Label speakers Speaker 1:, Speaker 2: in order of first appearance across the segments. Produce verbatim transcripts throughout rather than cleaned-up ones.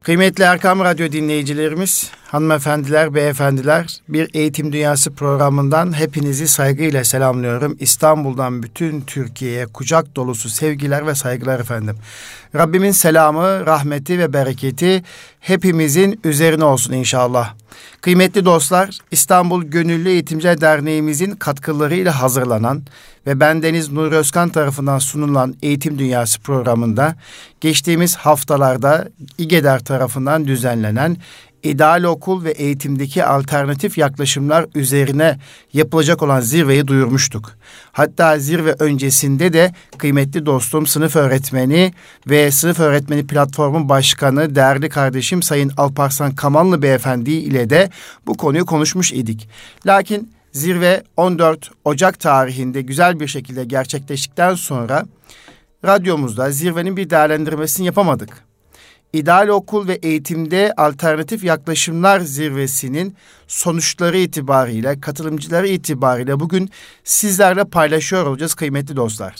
Speaker 1: Kıymetli Erkam Radyo dinleyicilerimiz, hanımefendiler, beyefendiler, bir Eğitim Dünyası programından hepinizi saygıyla selamlıyorum. İstanbul'dan bütün Türkiye'ye kucak dolusu sevgiler ve saygılar efendim. Rabbimin selamı, rahmeti ve bereketi hepimizin üzerine olsun inşallah. Kıymetli dostlar, İstanbul Gönüllü Eğitimciler Derneğimizin katkılarıyla hazırlanan ve bendeniz Nuri Özkan tarafından sunulan Eğitim Dünyası programında geçtiğimiz haftalarda İGEDER tarafından düzenlenen İdeal Okul ve eğitimdeki alternatif yaklaşımlar üzerine yapılacak olan zirveyi duyurmuştuk. Hatta zirve öncesinde de kıymetli dostum, sınıf öğretmeni ve sınıf öğretmeni platformun başkanı değerli kardeşim Sayın Alparslan Kamanlı Beyefendi ile de bu konuyu konuşmuş idik. Lakin zirve on dört Ocak tarihinde güzel bir şekilde gerçekleştikten sonra radyomuzda zirvenin bir değerlendirmesini yapamadık. İdeal Okul ve Eğitimde Alternatif Yaklaşımlar Zirvesi'nin sonuçları itibariyle, katılımcıları itibariyle bugün sizlerle paylaşıyor olacağız kıymetli dostlar.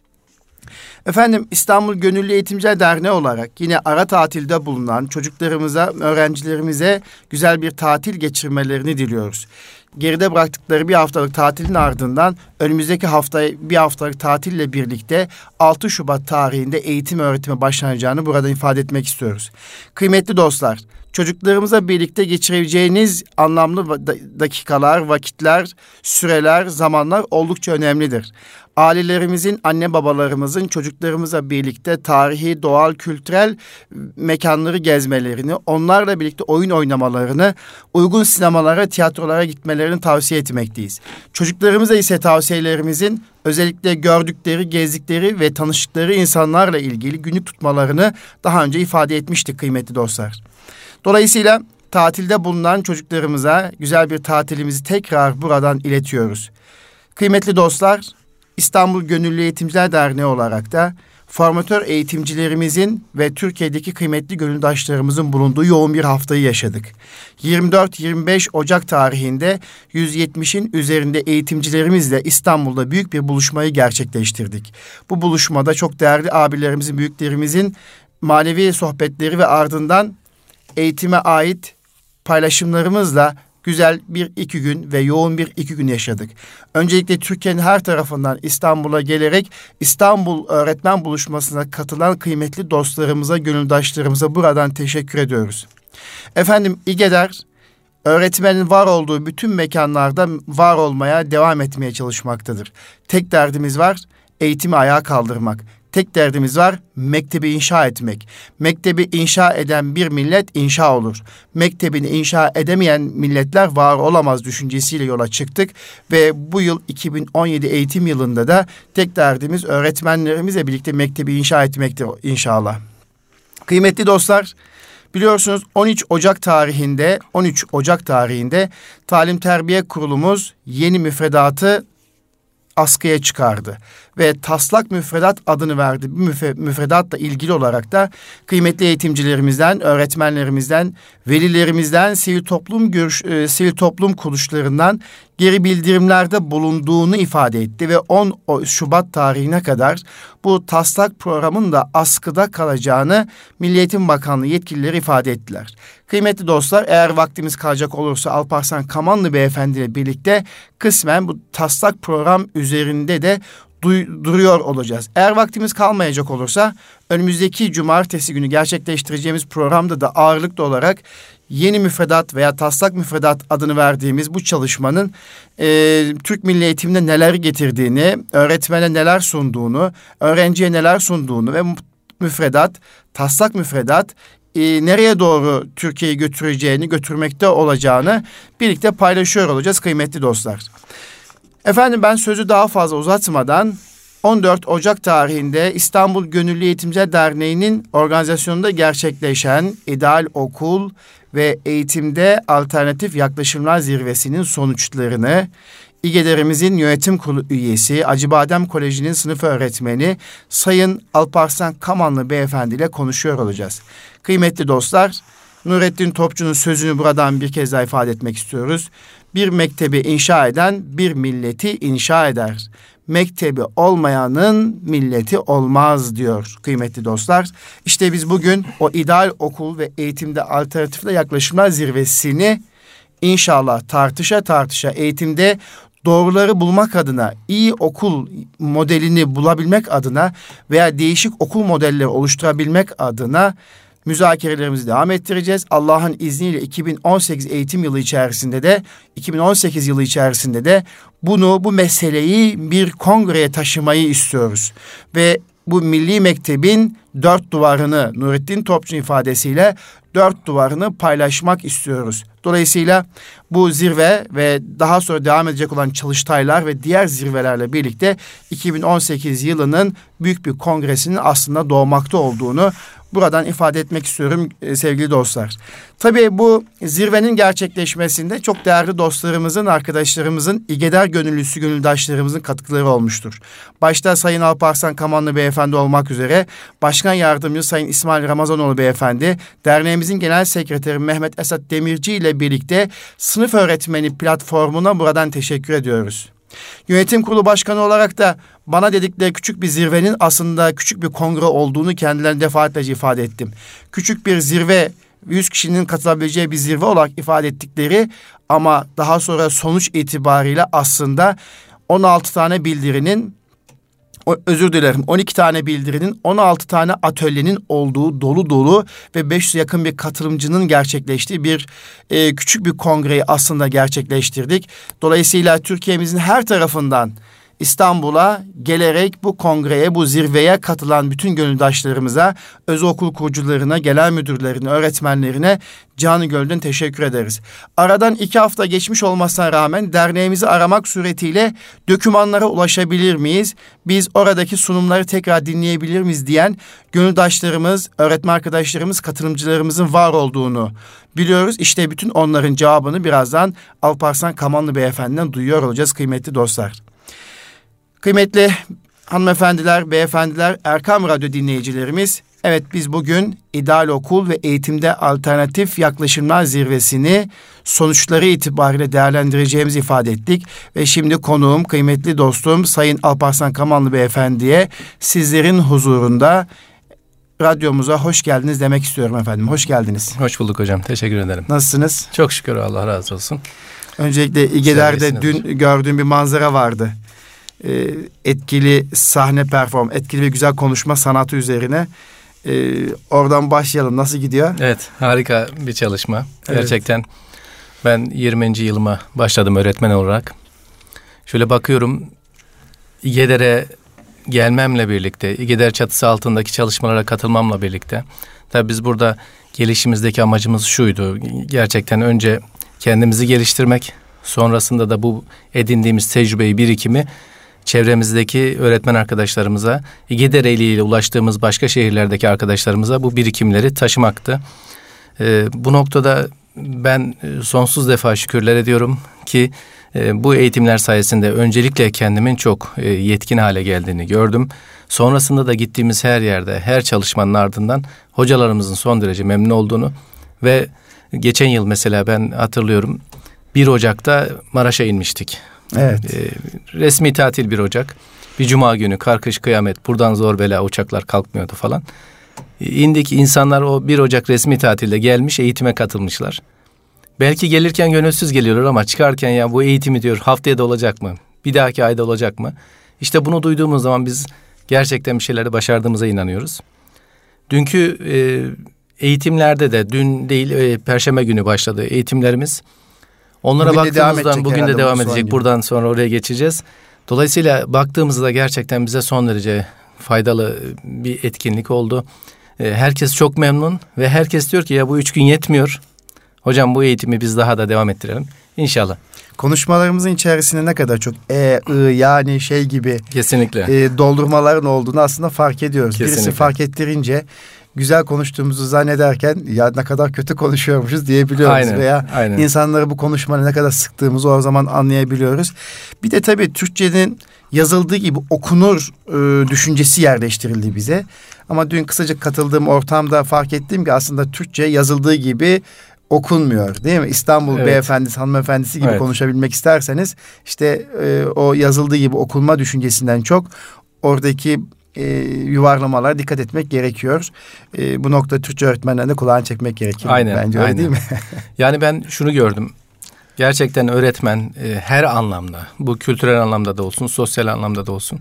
Speaker 1: Efendim, İstanbul Gönüllü Eğitimciler Derneği olarak yine ara tatilde bulunan çocuklarımıza, öğrencilerimize güzel bir tatil geçirmelerini diliyoruz. Geride bıraktıkları bir haftalık tatilin ardından önümüzdeki haftaya bir haftalık tatille birlikte altı Şubat tarihinde eğitim öğretime başlanacağını burada ifade etmek istiyoruz. Kıymetli dostlar, çocuklarımıza birlikte geçireceğiniz anlamlı dakikalar, vakitler, süreler, zamanlar oldukça önemlidir. Ailelerimizin, anne babalarımızın çocuklarımızla birlikte tarihi, doğal, kültürel mekanları gezmelerini, onlarla birlikte oyun oynamalarını, uygun sinemalara, tiyatrolara gitmelerini tavsiye etmekteyiz. Çocuklarımıza ise tavsiyelerimizin özellikle gördükleri, gezdikleri ve tanıştıkları insanlarla ilgili günlük tutmalarını daha önce ifade etmiştik kıymetli dostlar. Dolayısıyla tatilde bulunan çocuklarımıza güzel bir tatilimizi tekrar buradan iletiyoruz. Kıymetli dostlar, İstanbul Gönüllü Eğitimciler Derneği olarak da formatör eğitimcilerimizin ve Türkiye'deki kıymetli gönüldaşlarımızın bulunduğu yoğun bir haftayı yaşadık. yirmi dört yirmi beş Ocak tarihinde yüz yetmişin üzerinde eğitimcilerimizle İstanbul'da büyük bir buluşmayı gerçekleştirdik. Bu buluşmada çok değerli abilerimizin, büyüklerimizin manevi sohbetleri ve ardından eğitime ait paylaşımlarımızla güzel bir iki gün ve yoğun bir iki gün yaşadık. Öncelikle Türkiye'nin her tarafından İstanbul'a gelerek İstanbul Öğretmen Buluşması'na katılan kıymetli dostlarımıza, gönüldaşlarımıza buradan teşekkür ediyoruz. Efendim, İGEDER, öğretmenin var olduğu bütün mekanlarda var olmaya, devam etmeye çalışmaktadır. Tek derdimiz var, eğitimi ayağa kaldırmak. Tek derdimiz var, mektebi inşa etmek. Mektebi inşa eden bir millet inşa olur. Mektebini inşa edemeyen milletler var olamaz düşüncesiyle yola çıktık. Ve bu yıl iki bin on yedi eğitim yılında da tek derdimiz öğretmenlerimizle birlikte mektebi inşa etmektir inşallah. Kıymetli dostlar, biliyorsunuz on üç Ocak tarihinde, on üç Ocak tarihinde Talim Terbiye Kurulumuz yeni müfredatı askıya çıkardı ve taslak müfredat adını verdi. Bu müfredatla ilgili olarak da kıymetli eğitimcilerimizden, öğretmenlerimizden, velilerimizden, sivil toplum görüş, e, sivil toplum kuruluşlarından geri bildirimlerde bulunduğunu ifade etti ve on Şubat tarihine kadar bu taslak programın da askıda kalacağını Milli Eğitim Bakanlığı yetkilileri ifade ettiler. Kıymetli dostlar, eğer vaktimiz kalacak olursa Alparslan Kamanlı Beyefendi ile birlikte kısmen bu taslak program üzerinde de du- duruyor olacağız. Eğer vaktimiz kalmayacak olursa önümüzdeki cumartesi günü gerçekleştireceğimiz programda da ağırlıklı olarak yeni müfredat veya taslak müfredat adını verdiğimiz bu çalışmanın e, Türk Milli Eğitim'de neler getirdiğini, öğretmene neler sunduğunu, öğrenciye neler sunduğunu ve müfredat, taslak müfredat e, nereye doğru Türkiye'yi götüreceğini, götürmekte olacağını birlikte paylaşıyor olacağız kıymetli dostlar. Efendim, ben sözü daha fazla uzatmadan on dört Ocak tarihinde İstanbul Gönüllü Eğitimciler Derneği'nin organizasyonunda gerçekleşen İdeal Okul ve Eğitimde Alternatif Yaklaşımlar Zirvesi'nin sonuçlarını İGEDER'imizin yönetim kurulu üyesi, Acıbadem Koleji'nin sınıf öğretmeni Sayın Alparslan Kamanlı Beyefendi ile konuşuyor olacağız. Kıymetli dostlar, Nurettin Topçu'nun sözünü buradan bir kez daha ifade etmek istiyoruz. Bir mektebi inşa eden bir milleti inşa eder. mektebi olmayanın milleti olmaz diyor kıymetli dostlar. İşte biz bugün o ideal okul ve eğitimde alternatifle yaklaşımlar zirvesini inşallah tartışa tartışa eğitimde doğruları bulmak adına, iyi okul modelini bulabilmek adına veya değişik okul modelleri oluşturabilmek adına müzakerelerimizi devam ettireceğiz. Allah'ın izniyle iki bin on sekiz eğitim yılı içerisinde de, iki bin on sekiz yılı içerisinde de bunu, bu meseleyi bir kongreye taşımayı istiyoruz. Ve bu milli mektebin dört duvarını, Nurettin Topçu'nun ifadesiyle dört duvarını paylaşmak istiyoruz. Dolayısıyla bu zirve ve daha sonra devam edecek olan çalıştaylar ve diğer zirvelerle birlikte iki bin on sekiz yılının büyük bir kongresinin aslında doğmakta olduğunu buradan ifade etmek istiyorum sevgili dostlar. Tabii bu zirvenin gerçekleşmesinde çok değerli dostlarımızın, arkadaşlarımızın, İgeder gönüllüsü gönüldaşlarımızın katkıları olmuştur. Başta Sayın Alparslan Kamanlı Beyefendi olmak üzere Başkan Yardımcısı Sayın İsmail Ramazanoğlu Beyefendi, derneğimizin Genel Sekreteri Mehmet Esat Demirci ile birlikte sınıf öğretmeni platformuna buradan teşekkür ediyoruz. Yönetim kurulu başkanı olarak da bana dedikleri küçük bir zirvenin aslında küçük bir kongre olduğunu kendilerine defaatlerce ifade ettim. Küçük bir zirve, yüz kişinin katılabileceği bir zirve olarak ifade ettikleri ama daha sonra sonuç itibariyle aslında on altı tane bildirinin, özür dilerim on iki tane bildirinin, on altı tane atölyenin olduğu dolu dolu ve beş yüze yakın bir katılımcının gerçekleştiği bir e, küçük bir kongreyi aslında gerçekleştirdik. Dolayısıyla Türkiye'mizin her tarafından İstanbul'a gelerek bu kongreye, bu zirveye katılan bütün gönüldaşlarımıza, özel okul kurucularına, genel müdürlerine, öğretmenlerine canı gönülden teşekkür ederiz. Aradan iki hafta geçmiş olmasına rağmen derneğimizi aramak suretiyle dokümanlara ulaşabilir miyiz? Biz oradaki sunumları tekrar dinleyebilir miyiz diyen gönüldaşlarımız, öğretmen arkadaşlarımız, katılımcılarımızın var olduğunu biliyoruz. İşte bütün onların cevabını birazdan Alparslan Kamanlı Beyefendi'den duyuyor olacağız kıymetli dostlar. Kıymetli hanımefendiler, beyefendiler, Erkam Radyo dinleyicilerimiz, evet biz bugün ideal okul ve eğitimde alternatif yaklaşımlar zirvesini sonuçları itibariyle değerlendireceğimizi ifade ettik. Ve şimdi konuğum, kıymetli dostum Sayın Alparslan Kamanlı Beyefendi'ye sizlerin huzurunda radyomuza hoş geldiniz demek istiyorum efendim. Hoş geldiniz.
Speaker 2: Hoş bulduk hocam, teşekkür ederim.
Speaker 1: Nasılsınız?
Speaker 2: Çok şükür, Allah razı olsun.
Speaker 1: Öncelikle İGEDER'de dün gördüğüm bir manzara vardı. Ee, etkili sahne perform, etkili ve güzel konuşma sanatı üzerine. Ee, oradan başlayalım. Nasıl gidiyor?
Speaker 2: Evet, harika bir çalışma.
Speaker 1: Evet.
Speaker 2: Gerçekten ben yirminci yılıma başladım öğretmen olarak. Şöyle bakıyorum, İGEDER'e gelmemle birlikte, İGEDER çatısı altındaki çalışmalara katılmamla birlikte, tabii biz burada gelişimizdeki amacımız şuydu. Gerçekten önce kendimizi geliştirmek, sonrasında da bu edindiğimiz tecrübeyi, birikimi çevremizdeki öğretmen arkadaşlarımıza, İGEDER eliyle ulaştığımız başka şehirlerdeki arkadaşlarımıza bu birikimleri taşımaktı. Ee, bu noktada ben sonsuz defa şükürler ediyorum ki e, bu eğitimler sayesinde öncelikle kendimin çok e, yetkin hale geldiğini gördüm. Sonrasında da gittiğimiz her yerde, her çalışmanın ardından hocalarımızın son derece memnun olduğunu ve geçen yıl mesela ben hatırlıyorum, bir Ocak'ta Maraş'a inmiştik.
Speaker 1: Evet.
Speaker 2: E, resmi tatil bir Ocak. Bir cuma günü, kar kış kıyamet, buradan zor bela uçaklar kalkmıyordu falan. E, indik, insanlar o bir Ocak resmi tatilde gelmiş, eğitime katılmışlar. Belki gelirken gönülsüz geliyorlar ama çıkarken ya bu eğitimi diyor haftaya da olacak mı? Bir dahaki ayda olacak mı? İşte bunu duyduğumuz zaman biz gerçekten bir şeyleri başardığımıza inanıyoruz. Dünkü e, eğitimlerde de dün değil e, Perşembe günü başladı eğitimlerimiz. Onlara bugün baktığımızdan bugün de devam edecek. Buradan sonra oraya geçeceğiz. Dolayısıyla baktığımızda gerçekten bize son derece faydalı bir etkinlik oldu. Herkes çok memnun ve herkes diyor ki ya bu üç gün yetmiyor. Hocam bu eğitimi biz daha da devam ettirelim. İnşallah.
Speaker 1: Konuşmalarımızın içerisinde ne kadar çok e, ı, yani şey gibi
Speaker 2: kesinlikle
Speaker 1: e, doldurmaların olduğunu aslında fark ediyoruz.
Speaker 2: Kesinlikle.
Speaker 1: Birisi fark ettirince güzel konuştuğumuzu zannederken ya ne kadar kötü konuşuyormuşuz diyebiliyoruz.
Speaker 2: Aynen,
Speaker 1: veya
Speaker 2: aynen.
Speaker 1: insanları bu konuşmanın ne kadar sıktığımızı o zaman anlayabiliyoruz. Bir de tabii Türkçenin yazıldığı gibi okunur e, düşüncesi yerleştirildi bize. Ama dün kısaca katıldığım ortamda fark ettim ki aslında Türkçe yazıldığı gibi okunmuyor değil mi? İstanbul
Speaker 2: Evet.
Speaker 1: beyefendisi, hanımefendisi gibi
Speaker 2: Evet.
Speaker 1: konuşabilmek isterseniz işte e, o yazıldığı gibi okunma düşüncesinden çok oradaki e, yuvarlamalara dikkat etmek gerekiyor. E, bu nokta Türkçe öğretmenlerine kulağını çekmek gerekiyor.
Speaker 2: Aynen,
Speaker 1: Bence öyle
Speaker 2: aynen.
Speaker 1: değil mi?
Speaker 2: Yani ben şunu gördüm. Gerçekten öğretmen e, her anlamda, bu kültürel anlamda da olsun, sosyal anlamda da olsun,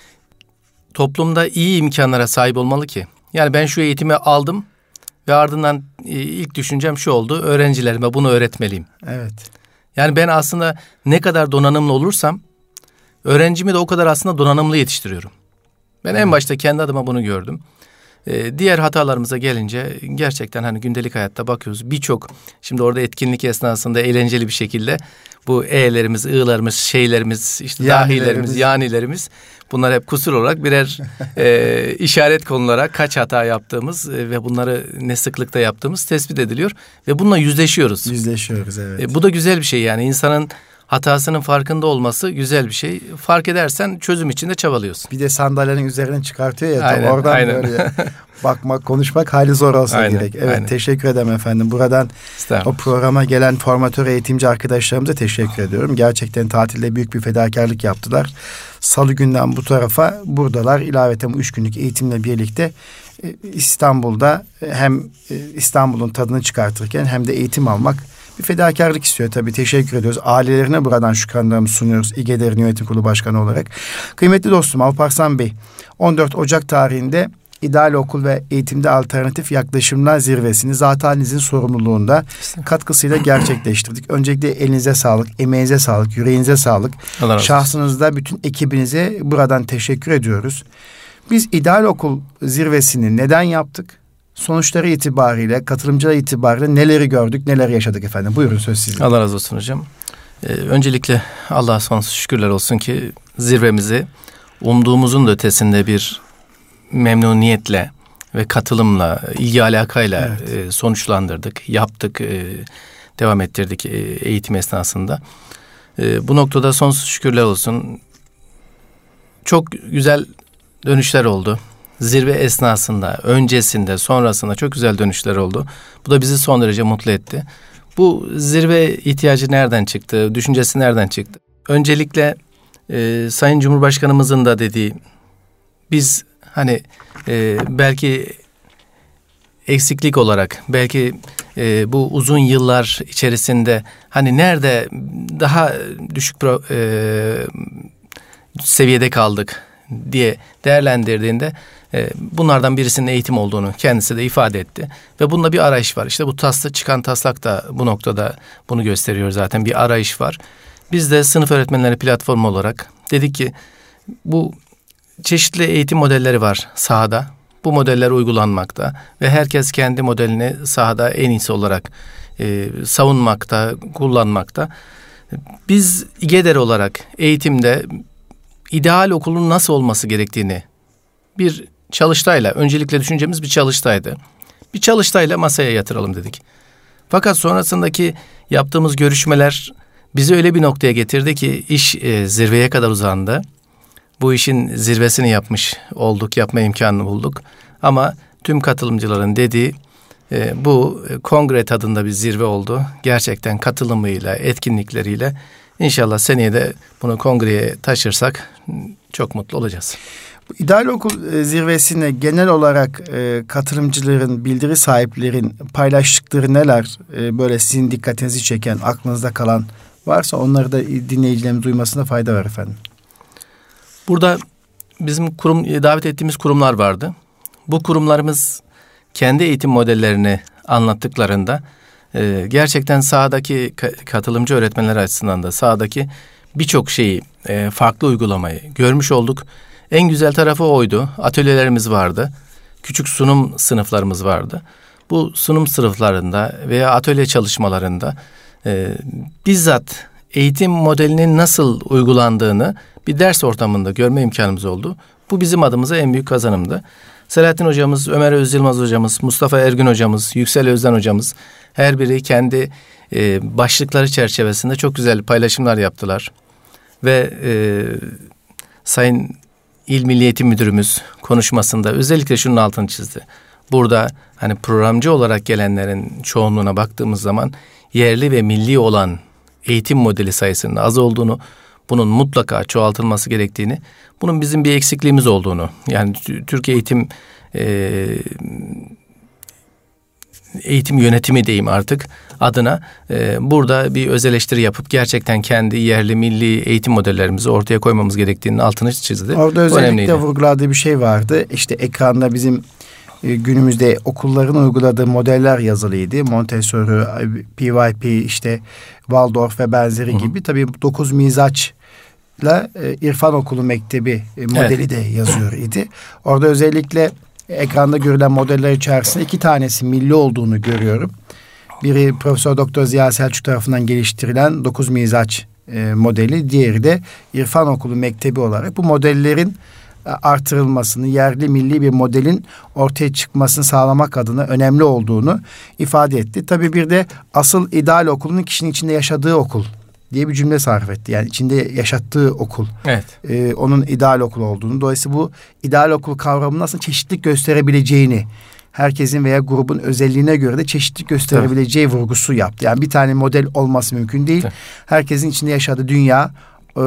Speaker 2: toplumda iyi imkanlara sahip olmalı ki. Yani ben şu eğitimi aldım ve ardından e, ilk düşüncem şu oldu: öğrencilerime bunu öğretmeliyim.
Speaker 1: Evet.
Speaker 2: Yani ben aslında ne kadar donanımlı olursam öğrencimi de o kadar aslında donanımlı yetiştiriyorum. Ben en başta kendi adıma bunu gördüm. Ee, diğer hatalarımıza gelince gerçekten hani gündelik hayatta bakıyoruz. Birçok şimdi orada etkinlik esnasında eğlenceli bir şekilde bu e'lerimiz, i'larımız, şeylerimiz, işte
Speaker 1: Yanilerimiz.
Speaker 2: dahilerimiz, yanilerimiz, bunlar hep kusur olarak birer e, işaret konularak kaç hata yaptığımız e, ve bunları ne sıklıkta yaptığımız tespit ediliyor ve bununla yüzleşiyoruz.
Speaker 1: Yüzleşiyoruz, evet.
Speaker 2: E, bu da güzel bir şey yani, insanın hatasının farkında olması güzel bir şey. Fark edersen çözüm için de çabalıyorsun.
Speaker 1: Bir de sandalyenin üzerinden çıkartıyor ya.
Speaker 2: Aynen,
Speaker 1: Oradan
Speaker 2: aynen.
Speaker 1: böyle bakmak, konuşmak hali zor olsa
Speaker 2: Aynen,
Speaker 1: gerek. Evet,
Speaker 2: aynen.
Speaker 1: teşekkür ederim efendim. Buradan o programa gelen formatör eğitimci arkadaşlarımıza teşekkür ediyorum. Gerçekten tatilde büyük bir fedakarlık yaptılar. Salı günden bu tarafa buradalar. İlaveten bu üç günlük eğitimle birlikte İstanbul'da hem İstanbul'un tadını çıkartırken hem de eğitim almak bir fedakarlık istiyor tabii. Teşekkür ediyoruz. Ailelerine buradan şükranlarımızı sunuyoruz İGEDER'in yönetim kurulu başkanı olarak. Kıymetli dostum Alparslan Bey, on dört Ocak tarihinde İdeal Okul ve Eğitimde Alternatif Yaklaşımlar Zirvesini zat halinizin sorumluluğunda katkısıyla gerçekleştirdik. Öncelikle elinize sağlık, emeğinize sağlık, yüreğinize sağlık. Şahsınızda bütün ekibinize buradan teşekkür ediyoruz. Biz İdeal Okul Zirvesini neden yaptık? Sonuçları itibariyle, katılımcılar itibariyle neleri gördük, neleri yaşadık efendim? Buyurun, söz sizin.
Speaker 2: Allah razı olsun hocam. Ee, öncelikle Allah'a sonsuz şükürler olsun ki zirvemizi umduğumuzun da ötesinde bir memnuniyetle ve katılımla, ilgi alakayla evet. e, sonuçlandırdık, yaptık, e, devam ettirdik e, eğitim esnasında. E, bu noktada sonsuz şükürler olsun. Çok güzel dönüşler oldu. Zirve esnasında, öncesinde, sonrasında çok güzel dönüşler oldu. Bu da bizi son derece mutlu etti. Bu zirve ihtiyacı nereden çıktı? Düşüncesi nereden çıktı? Öncelikle e, Sayın Cumhurbaşkanımızın da dediği, biz hani e, belki eksiklik olarak, belki e, bu uzun yıllar içerisinde hani nerede daha düşük pro, e, seviyede kaldık diye değerlendirdiğinde e, bunlardan birisinin eğitim olduğunu kendisi de ifade etti. Ve bunda bir arayış var. İşte bu tasla çıkan taslak da bu noktada bunu gösteriyor zaten. Bir arayış var. Biz de sınıf öğretmenleri platformu olarak dedik ki bu çeşitli eğitim modelleri var sahada. Bu modeller uygulanmakta ve herkes kendi modelini sahada en iyisi olarak e, savunmakta, kullanmakta. Biz İGEDER olarak eğitimde ideal okulun nasıl olması gerektiğini bir çalıştayla, öncelikle düşüncemiz bir çalıştaydı. Bir çalıştayla masaya yatıralım dedik. Fakat sonrasındaki yaptığımız görüşmeler bizi öyle bir noktaya getirdi ki iş e, zirveye kadar uzandı. Bu işin zirvesini yapmış olduk, yapma imkanını bulduk. Ama tüm katılımcıların dediği e, bu kongre tadında bir zirve oldu. Gerçekten katılımıyla, etkinlikleriyle İnşallah seneye de bunu kongreye taşırsak çok mutlu olacağız.
Speaker 1: İdeal Okul zirvesine genel olarak e, katılımcıların, bildiri sahiplerin paylaştıkları neler? E, böyle sizin dikkatinizi çeken, aklınızda kalan varsa onları da dinleyicilerimiz duymasına fayda var efendim.
Speaker 2: Burada bizim kurum davet ettiğimiz kurumlar vardı. Bu kurumlarımız kendi eğitim modellerini anlattıklarında e, gerçekten sahadaki katılımcı öğretmenler açısından da sahadaki birçok şeyi, e, farklı uygulamayı görmüş olduk. En güzel tarafı oydu. Atölyelerimiz vardı. Küçük sunum sınıflarımız vardı. Bu sunum sınıflarında veya atölye çalışmalarında e, bizzat eğitim modelinin nasıl uygulandığını bir ders ortamında görme imkanımız oldu. Bu bizim adımıza en büyük kazanımdı. Selahattin hocamız, Ömer Özyılmaz hocamız, Mustafa Ergün hocamız, Yüksel Özden hocamız her biri kendi e, başlıkları çerçevesinde çok güzel paylaşımlar yaptılar. Ve e, Sayın İl Milli Eğitim Müdürümüz konuşmasında özellikle şunun altını çizdi. burada hani programcı olarak gelenlerin çoğunluğuna baktığımız zaman yerli ve milli olan eğitim modeli sayısının az olduğunu, bunun mutlaka çoğaltılması gerektiğini, bunun bizim bir eksikliğimiz olduğunu, yani Türkiye eğitim e, eğitim yönetimi diyeyim artık adına e, burada bir öz eleştiri yapıp gerçekten kendi yerli milli eğitim modellerimizi ortaya koymamız gerektiğinin altını çizdi.
Speaker 1: Orada özellikle vurguladığı bir şey vardı. İşte ekranda bizim e, günümüzde okulların uyguladığı modeller yazılıydı. Montessori, P Y P, işte Waldorf ve benzeri Hı. gibi. Tabii dokuz mizaçla e, İrfan Okulu Mektebi e, modeli evet. de yazıyor idi. Orada özellikle ekranda görülen modeller içerisinde iki tanesi milli olduğunu görüyorum. Biri Profesör Doktor Ziya Selçuk tarafından geliştirilen dokuz mizaç e, modeli, diğeri de İrfan Okulu Mektebi olarak bu modellerin e, artırılmasını, yerli milli bir modelin ortaya çıkmasını sağlamak adına önemli olduğunu ifade etti. Tabii bir de asıl ideal okulun kişinin içinde yaşadığı okul diye bir cümle sarf etti. Yani içinde yaşattığı okul. Evet. Ee, onun ideal okul olduğunu. Dolayısıyla bu ideal okul kavramı nasıl çeşitlilik gösterebileceğini, herkesin veya grubun özelliğine göre de çeşitlilik gösterebileceği evet. vurgusu yaptı. Yani bir tane model olması mümkün değil. Evet. Herkesin içinde yaşadığı dünya e,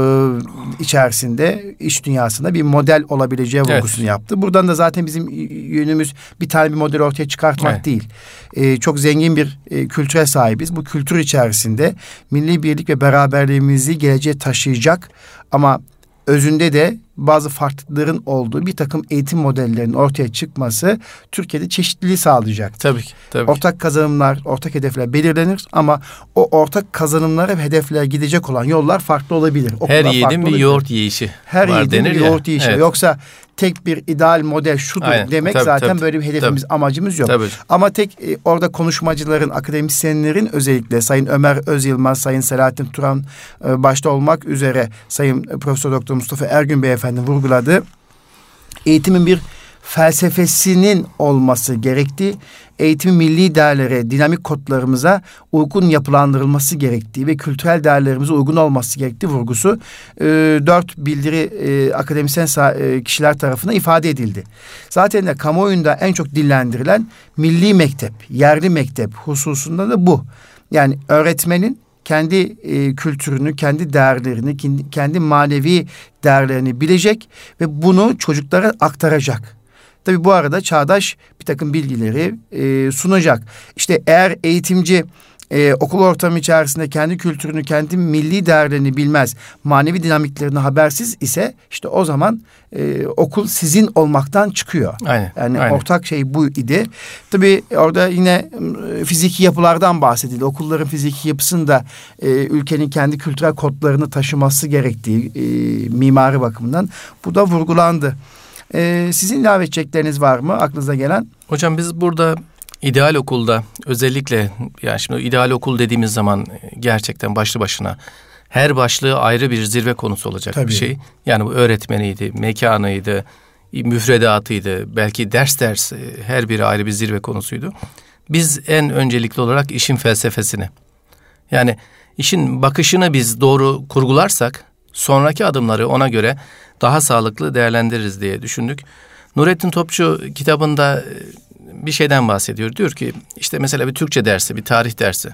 Speaker 1: içerisinde, iç dünyasında bir model olabileceği vurgusunu evet. yaptı. Buradan da zaten bizim yönümüz bir tane bir model ortaya çıkartmak evet. değil. E, çok zengin bir e, kültüre sahibiz. Bu kültür içerisinde milli birlik ve beraberliğimizi geleceğe taşıyacak ama özünde de bazı farklılıkların olduğu bir takım eğitim modellerinin ortaya çıkması Türkiye'de çeşitliliği sağlayacak.
Speaker 2: Tabii ki. Tabii
Speaker 1: ortak kazanımlar, ortak hedefler belirlenir ama o ortak kazanımlara ve hedeflere gidecek olan yollar farklı olabilir.
Speaker 2: Okullar Her yiğidin bir yoğurt yiyişi
Speaker 1: Her
Speaker 2: var
Speaker 1: yiğidin
Speaker 2: denir
Speaker 1: bir
Speaker 2: ya.
Speaker 1: yoğurt yiyişi. Evet. Yoksa tek bir ideal model şudur Aynen. demek tabii, zaten tabii, böyle bir hedefimiz, tabii. amacımız yok. Tabii. Ama tek e, orada konuşmacıların, akademisyenlerin özellikle Sayın Ömer Özyılmaz, Sayın Selahattin Turan e, başta olmak üzere Sayın Profesör Doktor Mustafa Ergün Beyefendi vurguladı. Eğitimin bir felsefesinin olması gerektiği, eğitimin milli değerlere, dinamik kodlarımıza uygun yapılandırılması gerektiği ve kültürel değerlerimize uygun olması gerektiği vurgusu e, dört bildiri e, akademisyen e, kişiler tarafından ifade edildi. Zaten de kamuoyunda en çok dillendirilen milli mektep, yerli mektep hususunda da bu. Yani öğretmenin kendi e, kültürünü, kendi değerlerini, kendi, kendi manevi değerlerini bilecek ve bunu çocuklara aktaracak. Tabii bu arada çağdaş bir takım bilgileri e, sunacak. İşte eğer eğitimci e, okul ortamı içerisinde kendi kültürünü, kendi milli değerlerini bilmez, manevi dinamiklerini habersiz ise işte o zaman e, okul sizin olmaktan çıkıyor.
Speaker 2: Aynen,
Speaker 1: yani
Speaker 2: aynen.
Speaker 1: ortak şey bu idi. Tabii orada yine e, fiziki yapılardan bahsedildi. Okulların fiziki yapısında e, ülkenin kendi kültürel kodlarını taşıması gerektiği e, mimari bakımından bu da vurgulandı. Ee, sizin ilave edecekleriniz var mı aklınıza gelen?
Speaker 2: Hocam biz burada ideal okulda özellikle, yani şimdi ideal okul dediğimiz zaman gerçekten başlı başına her başlığı ayrı bir zirve konusu olacak Tabii. bir şey. Yani bu öğretmeniydi, mekanıydı, müfredatıydı, belki ders ders her biri ayrı bir zirve konusuydu. Biz en öncelikli olarak işin felsefesini, yani işin bakışını biz doğru kurgularsak sonraki adımları ona göre daha sağlıklı değerlendiririz diye düşündük. Nurettin Topçu kitabında bir şeyden bahsediyor. Diyor ki işte mesela bir Türkçe dersi, bir tarih dersi.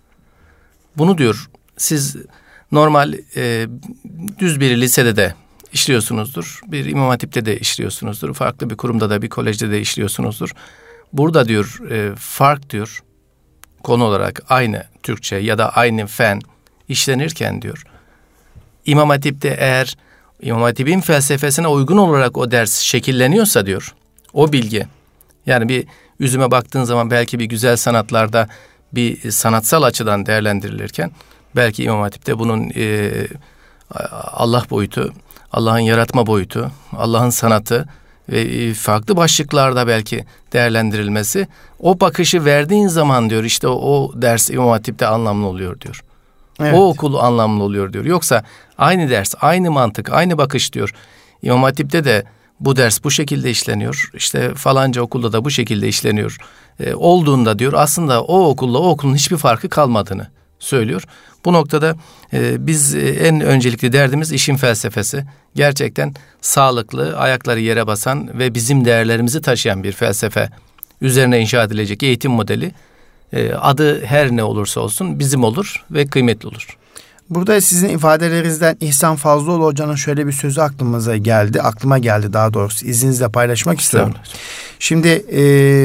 Speaker 2: Bunu diyor siz normal e, düz bir lisede de işliyorsunuzdur. Bir İmam Hatip'te de işliyorsunuzdur. Farklı bir kurumda da, bir kolejde de işliyorsunuzdur. Burada diyor e, fark diyor konu olarak aynı Türkçe ya da aynı fen işlenirken diyor İmam Hatip'te eğer İmam Hatip'in felsefesine uygun olarak o ders şekilleniyorsa diyor, o bilgi, yani bir üzüme baktığın zaman belki bir güzel sanatlarda bir sanatsal açıdan değerlendirilirken belki İmam Hatip'te bunun e, Allah boyutu, Allah'ın yaratma boyutu, Allah'ın sanatı ve farklı başlıklarda belki değerlendirilmesi, o bakışı verdiğin zaman diyor işte o, o ders İmam Hatip'te anlamlı oluyor diyor. Evet. O okul anlamlı oluyor diyor. Yoksa aynı ders, aynı mantık, aynı bakış diyor. İmam Hatip'te de bu ders bu şekilde işleniyor. İşte falanca okulda da bu şekilde işleniyor. E, olduğunda diyor aslında o okulla o okulun hiçbir farkı kalmadığını söylüyor. Bu noktada e, biz e, en öncelikli derdimiz işin felsefesi. Gerçekten sağlıklı, ayakları yere basan ve bizim değerlerimizi taşıyan bir felsefe üzerine inşa edilecek eğitim modeli e, adı her ne olursa olsun bizim olur ve kıymetli olur.
Speaker 1: Burada sizin ifadelerinizden İhsan Fazlıoğlu Hoca'nın şöyle bir sözü aklımıza geldi. Aklıma geldi daha doğrusu. İzninizle paylaşmak istiyorum. Şimdi e,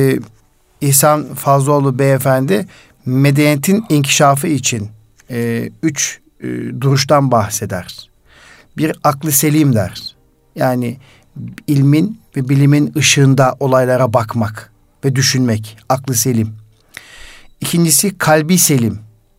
Speaker 1: İhsan Fazlıoğlu Beyefendi medeniyetin inkişafı için e, üç e, duruştan bahseder. Bir, aklı selim der. Yani ilmin ve bilimin ışığında olaylara bakmak ve düşünmek. Aklı selim. İkincisi, kalbi selim.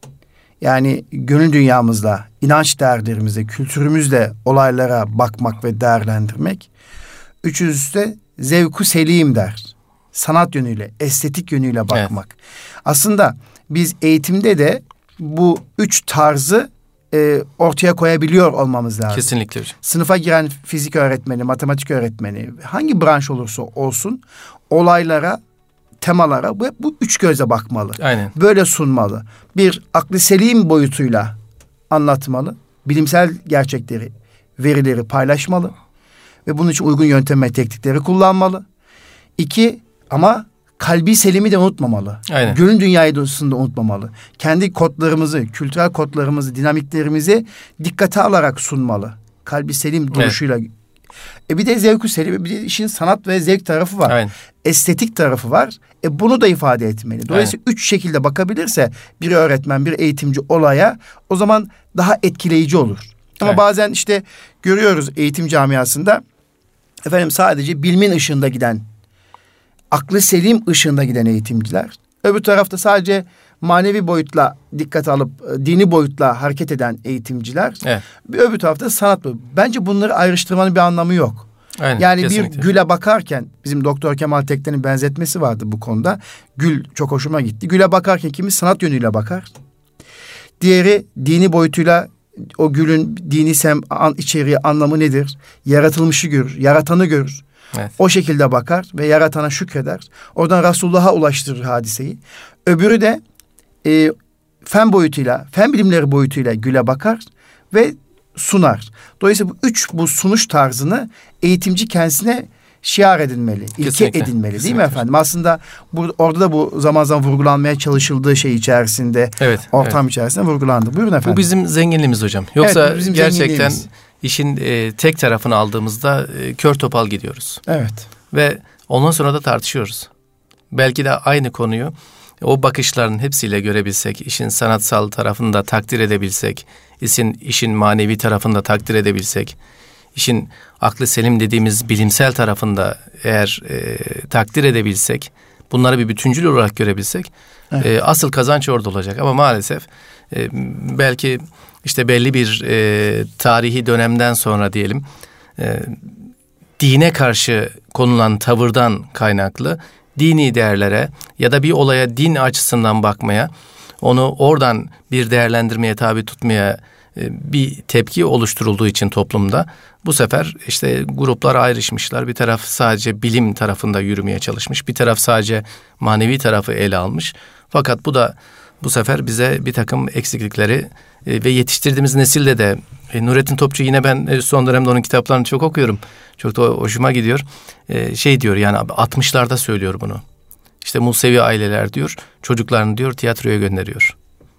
Speaker 1: Yani gönül dünyamızla, inanç değerlerimizle, kültürümüzle olaylara bakmak ve değerlendirmek. Üçüncüsü de zevku selim der. Sanat yönüyle, estetik yönüyle bakmak. Evet. Aslında biz eğitimde de bu üç tarzı e, ortaya koyabiliyor olmamız lazım.
Speaker 2: Kesinlikle hocam.
Speaker 1: Sınıfa giren fizik öğretmeni, matematik öğretmeni, hangi branş olursa olsun olaylara, temalara bu, bu üç gözle bakmalı.
Speaker 2: Aynen.
Speaker 1: Böyle sunmalı. Bir, aklı selim boyutuyla anlatmalı. Bilimsel gerçekleri, verileri paylaşmalı. Ve bunun için uygun yöntem ve teknikleri kullanmalı. İki, ama kalbi selimi de unutmamalı. Aynen. Gönül dünyayı da unutmamalı. Kendi kodlarımızı, kültürel kodlarımızı, dinamiklerimizi dikkate alarak sunmalı. Kalbi selim duruşuyla. Evet. E bir de zevk-ü selim, bir de işin sanat ve zevk tarafı var. Aynen. Estetik tarafı var. E bunu da ifade etmeli. Dolayısıyla Aynen. üç şekilde bakabilirse bir öğretmen, bir eğitimci olaya, o zaman daha etkileyici olur. Ama Aynen. bazen işte görüyoruz eğitim camiasında, efendim sadece bilimin ışığında giden, aklı selim ışığında giden eğitimciler. Öbür tarafta sadece manevi boyutla dikkat alıp dini boyutla hareket eden eğitimciler. Evet. Bir öbür tarafta sanat boyutu. Bence bunları ayrıştırmanın bir anlamı yok. Aynen, yani kesinlikle. Bir güle bakarken, bizim Doktor Kemal Tekten'in benzetmesi vardı bu konuda. Gül çok hoşuma gitti. Güle bakarken kimi sanat yönüyle bakar. Diğeri dini boyutuyla o gülün dini sem an, içeriği, anlamı nedir? Yaratılmışı görür, yaratanı görür. Evet. O şekilde bakar ve yaratana şükreder. Oradan Resulullah'a ulaştırır hadiseyi. Öbürü de e, fen boyutuyla, fen bilimleri boyutuyla güle bakar ve sunar. Dolayısıyla bu üç bu sunuş tarzını eğitimci kendisine şiar edinmeli, ilke Kesinlikle. edinmeli. Kesinlikle. Değil mi efendim? Aslında bu, orada da bu zaman zaman vurgulanmaya çalışıldığı şey içerisinde, evet, ortam evet. içerisinde vurgulandı. Buyurun efendim.
Speaker 2: Bu bizim zenginliğimiz hocam. Yoksa evet, bizim gerçekten işin e, tek tarafını aldığımızda e, kör topal gidiyoruz. Evet. Ve ondan sonra da tartışıyoruz. Belki de aynı konuyu o bakışların hepsiyle görebilsek, işin sanatsal tarafını da takdir edebilsek, işin, işin manevi tarafını da takdir edebilsek, işin aklı selim dediğimiz bilimsel tarafında eğer e, takdir edebilsek, bunları bir bütüncül olarak görebilsek, evet. e, asıl kazanç orada olacak. Ama maalesef e, belki işte belli bir e, tarihi dönemden sonra diyelim, e, dine karşı konulan tavırdan kaynaklı dini değerlere ya da bir olaya din açısından bakmaya, onu oradan bir değerlendirmeye tabi tutmaya bir tepki oluşturulduğu için toplumda bu sefer işte gruplar ayrışmışlar. Bir taraf sadece bilim tarafında yürümeye çalışmış, bir taraf sadece manevi tarafı ele almış. Fakat bu da bu sefer bize bir takım eksiklikleri ve yetiştirdiğimiz nesilde de e, Nurettin Topçu, yine ben son dönemde onun kitaplarını çok okuyorum. Çok da hoşuma gidiyor. E, şey diyor yani altmışlarda söylüyor bunu. İşte Musevi aileler diyor, çocuklarını diyor tiyatroya gönderiyor.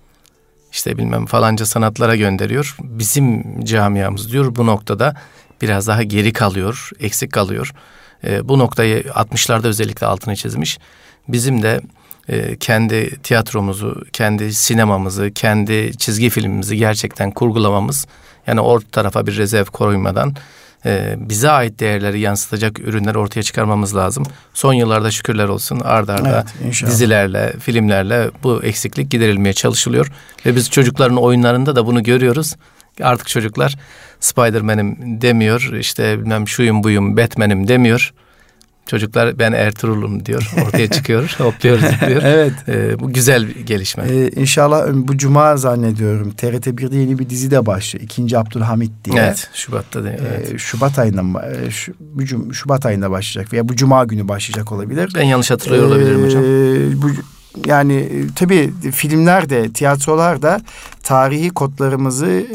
Speaker 2: İşte bilmem falanca sanatlara gönderiyor. Bizim camiamız diyor bu noktada biraz daha geri kalıyor, eksik kalıyor. E, bu noktayı altmışlarda özellikle altını çizmiş. Bizim de e, kendi tiyatromuzu, kendi sinemamızı, kendi çizgi filmimizi gerçekten kurgulamamız, yani orta tarafa bir rezerv koymadan e, bize ait değerleri yansıtacak ürünler ortaya çıkarmamız lazım. Son yıllarda şükürler olsun ard arda evet, dizilerle, filmlerle bu eksiklik giderilmeye çalışılıyor. Ve biz çocukların oyunlarında da bunu görüyoruz. Artık çocuklar Spider-Man'im demiyor, işte bilmem şuyum buyum Batman'im demiyor. Çocuklar ben Ertuğrul'um diyor. Ortaya çıkıyor. Hopluyor zıplıyor. Evet. Ee, bu güzel bir gelişme.
Speaker 1: Ee, inşallah bu cuma zannediyorum T R T bir'de yeni bir dizi de başlıyor. İkinci Abdülhamit diye.
Speaker 2: Evet. Şubat'ta değil. Evet.
Speaker 1: Ee, Şubat ayında şu, bu Şubat ayında başlayacak veya bu cuma günü başlayacak olabilir.
Speaker 2: Ben yanlış hatırlıyor ee, olabilirim hocam.
Speaker 1: Bu, yani tabii filmler de, tiyatrolar da tarihi kodlarımızı,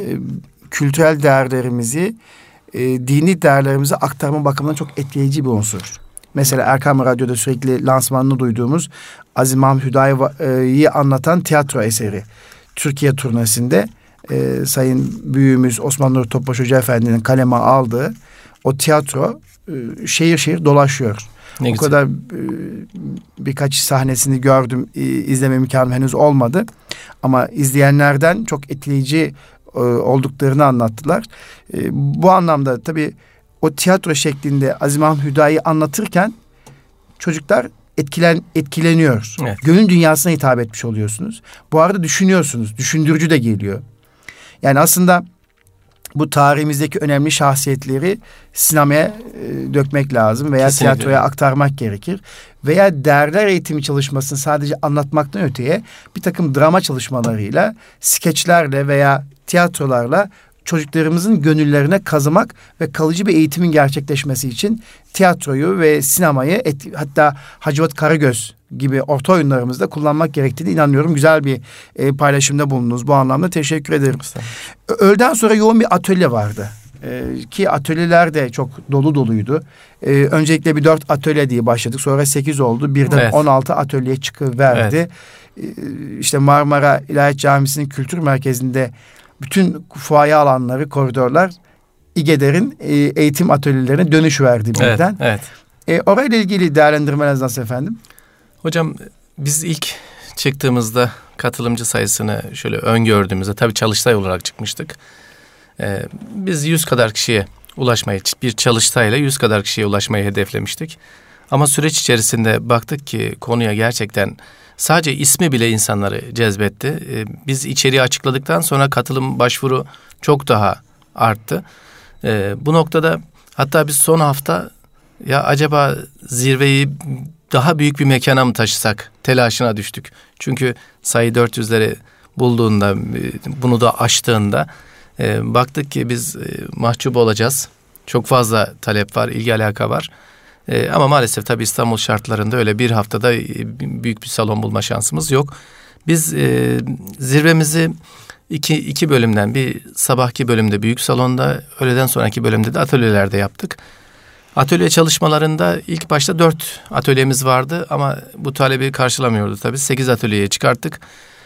Speaker 1: kültürel değerlerimizi, dini değerlerimizi aktarma bakımından çok etkileyici bir unsur. Mesela Erkam Radyo'da sürekli lansmanını duyduğumuz Aziz Mahmut Hüdayi'yi anlatan tiyatro eseri. Türkiye turnesinde e, Sayın Büyüğümüz Osman Nuri Topbaş Hoca Efendi'nin kaleme aldığı o tiyatro e, şehir şehir dolaşıyor. Ne o güzel. Kadar e, birkaç sahnesini gördüm, e, izleme imkanım henüz olmadı. Ama izleyenlerden çok etkileyici e, olduklarını anlattılar. E, bu anlamda tabii o tiyatro şeklinde Aziz Mahmut Hüdayi anlatırken çocuklar etkilen etkileniyor. Evet. Gönül dünyasına hitap etmiş oluyorsunuz. Bu arada düşünüyorsunuz. Düşündürücü de geliyor. Yani aslında bu tarihimizdeki önemli şahsiyetleri sinemaya e, dökmek lazım veya kesinlikle tiyatroya aktarmak gerekir. Veya değerler eğitimi çalışmasını sadece anlatmaktan öteye bir takım drama çalışmalarıyla, skeçlerle veya tiyatrolarla çocuklarımızın gönüllerine kazımak ve kalıcı bir eğitimin gerçekleşmesi için tiyatroyu ve sinemayı et, hatta Hacivat Karagöz gibi orta oyunlarımızda kullanmak gerektiğine inanıyorum. Güzel bir e, paylaşımda bulundunuz. Bu anlamda teşekkür ederim. Öğleden sonra yoğun bir atölye vardı. E, ki atölyeler de çok dolu doluydu. E, öncelikle bir dört atölye diye başladık. Sonra sekiz oldu. Birden evet. on altı atölye çıkıverdi. Evet. E, işte Marmara İlahiyat Camisi'nin kültür merkezinde bütün fuaye alanları, koridorlar İGEDER'in e, eğitim atölyelerine dönüş verdi birden.
Speaker 2: Evet, evet.
Speaker 1: E, orayla ilgili değerlendirmeleriniz nasıl efendim?
Speaker 2: Hocam biz ilk çıktığımızda katılımcı sayısını şöyle öngördüğümüzde tabii çalıştay olarak çıkmıştık. Ee, biz yüz kadar kişiye ulaşmayı, bir çalıştayla yüz kadar kişiye ulaşmayı hedeflemiştik. Ama süreç içerisinde baktık ki konuya gerçekten sadece ismi bile insanları cezbetti. Ee, biz içeriği açıkladıktan sonra katılım başvuru çok daha arttı. Ee, bu noktada hatta biz son hafta ya acaba zirveyi daha büyük bir mekana mı taşısak telaşına düştük. Çünkü sayı dört yüzleri bulduğunda, bunu da aştığında e, baktık ki biz e, mahcup olacağız. Çok fazla talep var, ilgi alaka var. E, ama maalesef tabii İstanbul şartlarında öyle bir haftada e, büyük bir salon bulma şansımız yok. Biz e, zirvemizi iki, iki bölümden, bir sabahki bölümde büyük salonda, öğleden sonraki bölümde de atölyelerde yaptık. Atölye çalışmalarında ilk başta dört atölyemiz vardı ama bu talebi karşılamıyordu tabii. Sekiz atölyeye çıkarttık.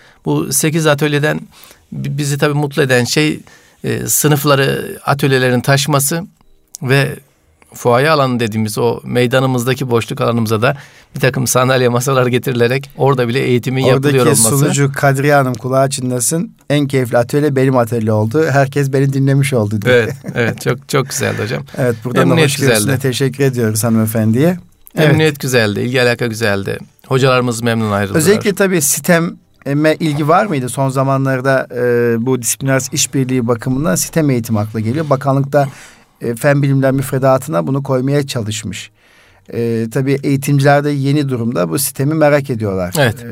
Speaker 2: Bu sekiz atölyeden bizi tabii mutlu eden şey e, sınıfları, atölyelerin taşması ve fuaye alanı dediğimiz o meydanımızdaki boşluk alanımıza da bir takım sandalye masalar getirilerek orada bile eğitimin
Speaker 1: oradaki
Speaker 2: yapılıyor olması.
Speaker 1: Oradaki sunucu Kadriye Hanım kulağı çınlasın. En keyifli atölye benim atölye oldu. Herkes beni dinlemiş oldu diye.
Speaker 2: Evet, evet çok çok güzeldi hocam.
Speaker 1: Evet, buradan da hoş görsüne teşekkür ediyoruz hanımefendiye.
Speaker 2: Emniyet evet. güzeldi, ilgi alaka güzeldi. Hocalarımız memnun ayrıldılar.
Speaker 1: Özellikle tabii sisteme ilgi var mıydı? Son zamanlarda e, bu disipliner işbirliği bakımından sistem eğitim akla geliyor. Bakanlıkta e, fen bilimler müfredatına bunu koymaya çalışmış. E, tabii eğitimciler de yeni durumda bu sistemi merak ediyorlar.
Speaker 2: Evet. E,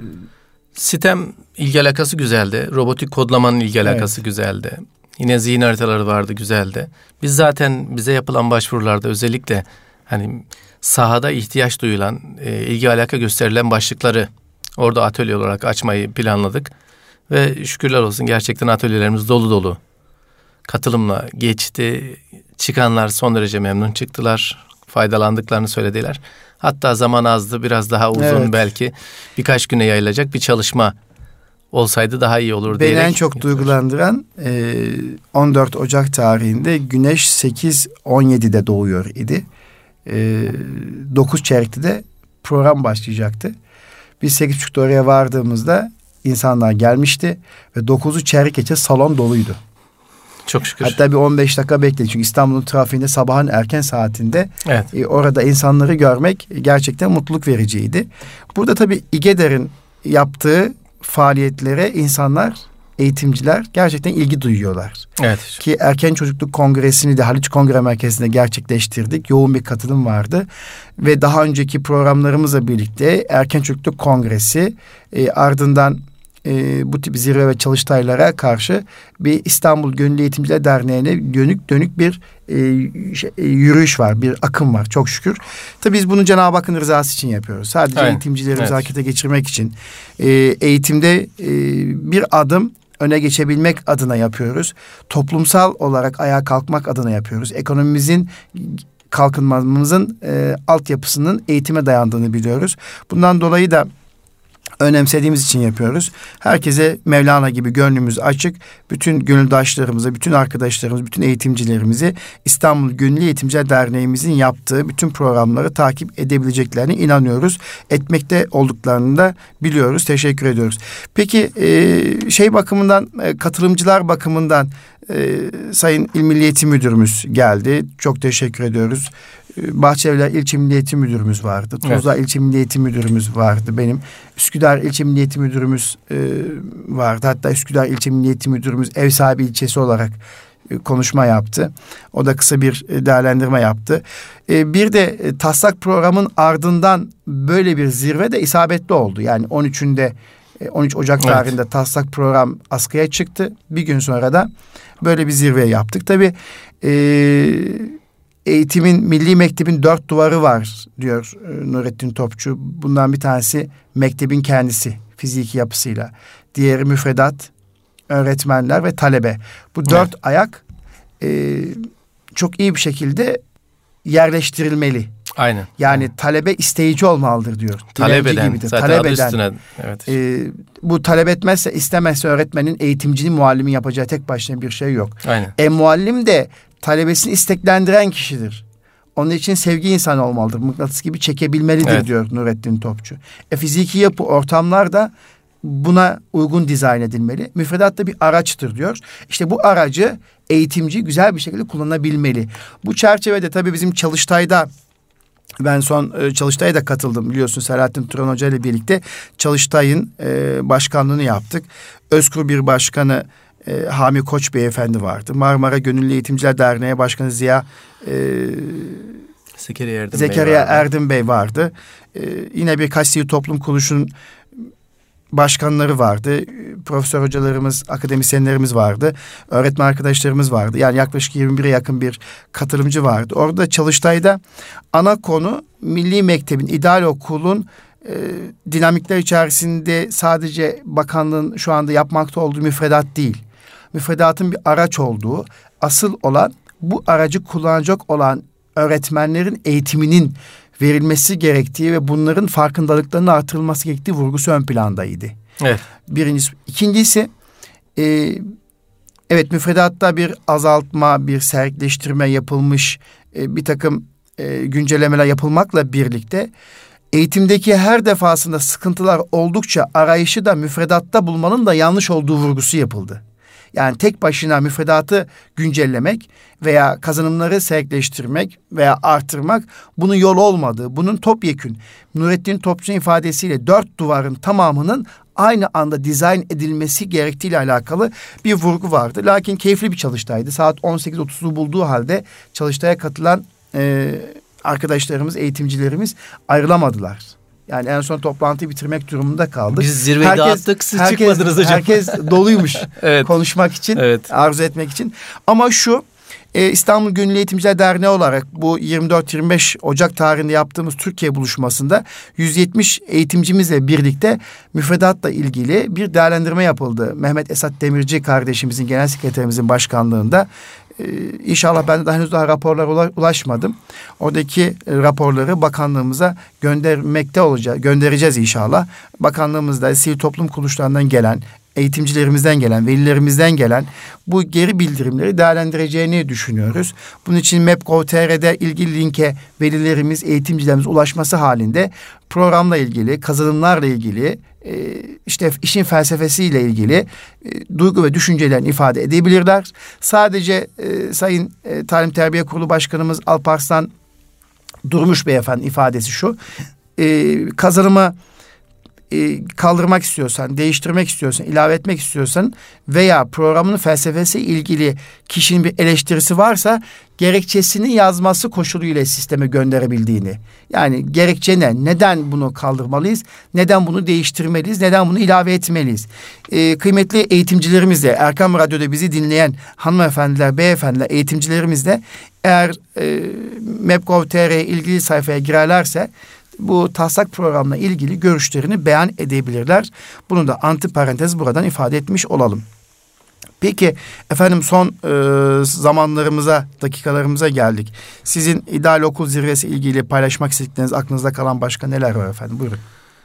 Speaker 2: Sistem ilgi alakası güzeldi. Robotik kodlamanın ilgi alakası evet. güzeldi. Yine zihin haritaları vardı, güzeldi. Biz zaten bize yapılan başvurularda özellikle hani sahada ihtiyaç duyulan, e, ilgi alaka gösterilen başlıkları orada atölye olarak açmayı planladık. Ve şükürler olsun gerçekten atölyelerimiz dolu dolu. Katılımla geçti. Çıkanlar son derece memnun çıktılar. Faydalandıklarını söylediler. Hatta zaman azdı, biraz daha uzun evet. belki birkaç güne yayılacak bir çalışma olsaydı daha iyi olur
Speaker 1: diyerek.
Speaker 2: Beni
Speaker 1: en çok yapıyor. Duygulandıran e, on dört Ocak tarihinde güneş sekiz on yedide doğuyor idi. E, dokuz çeyrekte de program başlayacaktı. Biz sekiz buçukta oraya vardığımızda insanlar gelmişti ve dokuzu çeyrek geçe salon doluydu.
Speaker 2: Çok şükür.
Speaker 1: Hatta bir on beş dakika bekledik. Çünkü İstanbul'un trafiğinde sabahın erken saatinde
Speaker 2: evet.
Speaker 1: e, orada insanları görmek gerçekten mutluluk vericiydi. Burada tabii İGEDER'in yaptığı faaliyetlere insanlar, eğitimciler gerçekten ilgi duyuyorlar.
Speaker 2: Evet.
Speaker 1: Ki Erken Çocukluk Kongresi'ni de Haliç Kongre Merkezi'nde gerçekleştirdik. Yoğun bir katılım vardı. Ve daha önceki programlarımızla birlikte Erken Çocukluk Kongresi e, ardından e, bu tip zirve ve çalıştaylara karşı bir İstanbul Gönüllü Eğitimciler Derneği'ne dönük dönük bir e, şey, e, yürüyüş var, bir akım var çok şükür. Tabii biz bunu Cenab-ı Hakk'ın rızası için yapıyoruz. Sadece evet. eğitimcilerimizi evet. harekete geçirmek için. E, eğitimde e, bir adım öne geçebilmek adına yapıyoruz. Toplumsal olarak ayağa kalkmak adına yapıyoruz. Ekonomimizin kalkınmamızın e, altyapısının eğitime dayandığını biliyoruz. Bundan dolayı da önemsediğimiz için yapıyoruz. Herkese Mevlana gibi gönlümüz açık. Bütün gönüldaşlarımıza, bütün arkadaşlarımız, bütün eğitimcilerimizi İstanbul Gönüllü Eğitimciler Derneğimizin yaptığı bütün programları takip edebileceklerine inanıyoruz. Etmekte olduklarını da biliyoruz. Teşekkür ediyoruz. Peki e, şey bakımından, e, katılımcılar bakımından e, Sayın İl Milli Eğitim Müdürümüz geldi. Çok teşekkür ediyoruz. Bahçelievler İlçe Milli Eğitim Müdürümüz vardı. Tuzla evet. İlçe Milli Eğitim Müdürümüz vardı benim. Üsküdar İlçe Milli Eğitim Müdürümüz e, vardı. Hatta Üsküdar İlçe Milli Eğitim Müdürümüz ev sahibi ilçesi olarak e, konuşma yaptı. O da kısa bir e, değerlendirme yaptı. E, bir de e, taslak programın ardından böyle bir zirve de isabetli oldu. Yani on üçünde e, on üç Ocak evet. tarihinde taslak program askıya çıktı. Bir gün sonra da böyle bir zirve yaptık. Tabii eee eğitimin, milli mektebin dört duvarı var diyor e, Nurettin Topçu. Bundan bir tanesi mektebin kendisi fiziki yapısıyla. Diğeri müfredat, öğretmenler ve talebe. Bu dört evet. ayak e, çok iyi bir şekilde yerleştirilmeli. Aynen. Yani evet. talebe isteyici olmalıdır diyor.
Speaker 2: Talebeden.
Speaker 1: Gibidir.
Speaker 2: Zaten
Speaker 1: Talebeden.
Speaker 2: adı üstüne. Evet.
Speaker 1: E, bu talep etmezse, istemezse öğretmenin, eğitimcinin, muallimin yapacağı tek başına bir şey yok.
Speaker 2: Aynen.
Speaker 1: E muallim de talebesini isteklendiren kişidir. Onun için sevgi insanı olmalıdır. Mıknatıs gibi çekebilmelidir evet. diyor Nurettin Topçu. E fiziki yapı, ortamlar da buna uygun dizayn edilmeli. Müfredat da bir araçtır diyor. İşte bu aracı eğitimci güzel bir şekilde kullanabilmeli. Bu çerçevede tabii bizim Çalıştay'da, ben son e, Çalıştay'a da katıldım biliyorsun, Selahattin Turan Hoca ile birlikte Çalıştay'ın e, başkanlığını yaptık. Özkur bir başkanı E, Hami Koç Beyefendi vardı. Marmara Gönüllü Eğitimciler Derneği Başkanı Ziya e,
Speaker 2: Zekeriya Erdem
Speaker 1: Zekeriya
Speaker 2: Bey vardı.
Speaker 1: Erdem Bey vardı. E, yine birkaç sivil toplum kuruluşunun başkanları vardı. Profesör hocalarımız, akademisyenlerimiz vardı. Öğretmen arkadaşlarımız vardı. Yani yaklaşık yirmi bire yakın bir katılımcı vardı. Orada Çalıştay'da ana konu Milli Mektebin, ideal okulun e, dinamikler içerisinde sadece bakanlığın şu anda yapmakta olduğu müfredat değil. Müfredatın bir araç olduğu, asıl olan bu aracı kullanacak olan öğretmenlerin eğitiminin verilmesi gerektiği ve bunların farkındalıklarının artırılması gerektiği vurgusu ön plandaydı.
Speaker 2: Evet.
Speaker 1: Birincisi. İkincisi, e, evet müfredatta bir azaltma, bir sertleştirme yapılmış, e, bir takım e, güncellemeler yapılmakla birlikte eğitimdeki her defasında sıkıntılar oldukça arayışı da müfredatta bulmanın da yanlış olduğu vurgusu yapıldı. Yani tek başına müfredatı güncellemek veya kazanımları sertleştirmek veya artırmak bunun yol olmadığı, bunun topyekün Nurettin Topçu'nun ifadesiyle dört duvarın tamamının aynı anda dizayn edilmesi gerektiğiyle alakalı bir vurgu vardı. Lakin keyifli bir çalıştaydı. Saat on sekiz otuzu bulduğu halde çalıştaya katılan e, arkadaşlarımız, eğitimcilerimiz ayrılamadılar. Yani en son toplantıyı bitirmek durumunda kaldık.
Speaker 2: Biz zirveyi herkes, dağıttık, siz
Speaker 1: herkes,
Speaker 2: çıkmadınız hocam.
Speaker 1: Herkes doluymuş
Speaker 2: evet.
Speaker 1: konuşmak için, evet. arzu etmek için. Ama şu, e, İstanbul Gönüllü Eğitimciler Derneği olarak bu yirmi dört yirmi beş Ocak tarihinde yaptığımız Türkiye buluşmasında yüz yetmiş eğitimcimizle birlikte müfredatla ilgili bir değerlendirme yapıldı. Mehmet Esat Demirci kardeşimizin, genel sekreterimizin başkanlığında. Ee, İnşallah ben de daha henüz daha raporlara ulaşmadım. Oradaki raporları bakanlığımıza göndermekte olacağız. Göndereceğiz inşallah. Bakanlığımızda sivil toplum kuruluşlarından gelen, eğitimcilerimizden gelen, velilerimizden gelen bu geri bildirimleri değerlendireceğini düşünüyoruz. Bunun için M E P nokta gov nokta t r'de ilgili linke velilerimiz, eğitimcilerimiz ulaşması halinde programla ilgili, kazanımlarla ilgili, işte işin felsefesiyle ilgili e, duygu ve düşüncelerini ifade edebilirler. Sadece e, Sayın e, Talim Terbiye Kurulu Başkanımız Alparslan Durmuş Beyefendi ifadesi şu: e, kazanımı e, kaldırmak istiyorsan, değiştirmek istiyorsan, ilave etmek istiyorsan veya programın felsefesi ilgili kişinin bir eleştirisi varsa gerekçesini yazması koşuluyla sisteme gönderebildiğini. Yani gerekçe ne? Neden bunu kaldırmalıyız? Neden bunu değiştirmeliyiz? Neden bunu ilave etmeliyiz? Ee, kıymetli eğitimcilerimiz de, Erkam Radyo'da bizi dinleyen hanımefendiler, beyefendiler, eğitimcilerimiz de eğer e, M E P nokta gov nokta t r ilgili sayfaya girerlerse bu taslak programla ilgili görüşlerini beyan edebilirler. Bunu da antiparantez buradan ifade etmiş olalım. Peki efendim, son e, zamanlarımıza, dakikalarımıza geldik. Sizin ideal okul zirvesi ilgili paylaşmak istedikleriniz, aklınızda kalan başka neler var efendim? Buyurun.